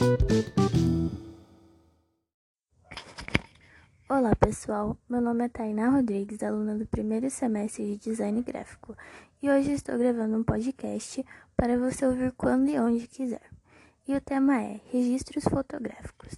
Olá pessoal, meu nome é Tainá Rodrigues, aluna do primeiro semestre de Design Gráfico, e hoje estou gravando um podcast para você ouvir quando e onde quiser. E o tema é Registros Fotográficos.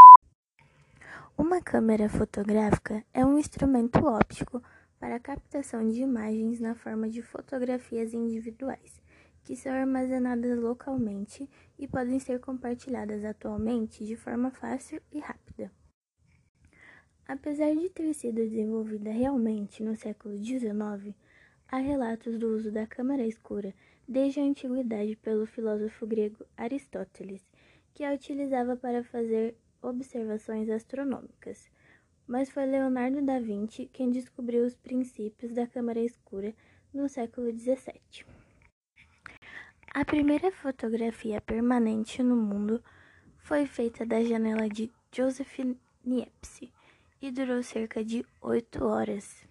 Uma câmera fotográfica é um instrumento óptico para a captação de imagens na forma de fotografias individuais, que são armazenadas localmente e podem ser compartilhadas atualmente de forma fácil e rápida. Apesar de ter sido desenvolvida realmente no século XIX, há relatos do uso da câmara escura desde a antiguidade pelo filósofo grego Aristóteles, que a utilizava para fazer observações astronômicas. Mas foi Leonardo da Vinci quem descobriu os princípios da câmara escura no século XVII. A primeira fotografia permanente no mundo foi feita da janela de Joseph Niepce e durou cerca de 8 horas.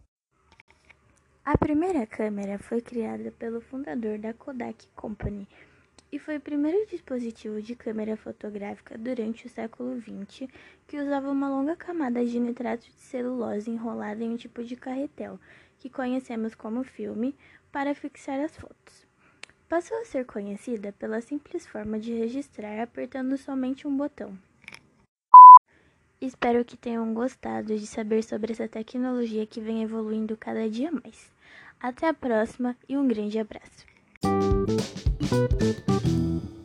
A primeira câmera foi criada pelo fundador da Kodak Company e foi o primeiro dispositivo de câmera fotográfica durante o século XX que usava uma longa camada de nitrato de celulose enrolada em um tipo de carretel, que conhecemos como filme, para fixar as fotos. Passou a ser conhecida pela simples forma de registrar apertando somente um botão. Espero que tenham gostado de saber sobre essa tecnologia que vem evoluindo cada dia mais. Até a próxima e um grande abraço!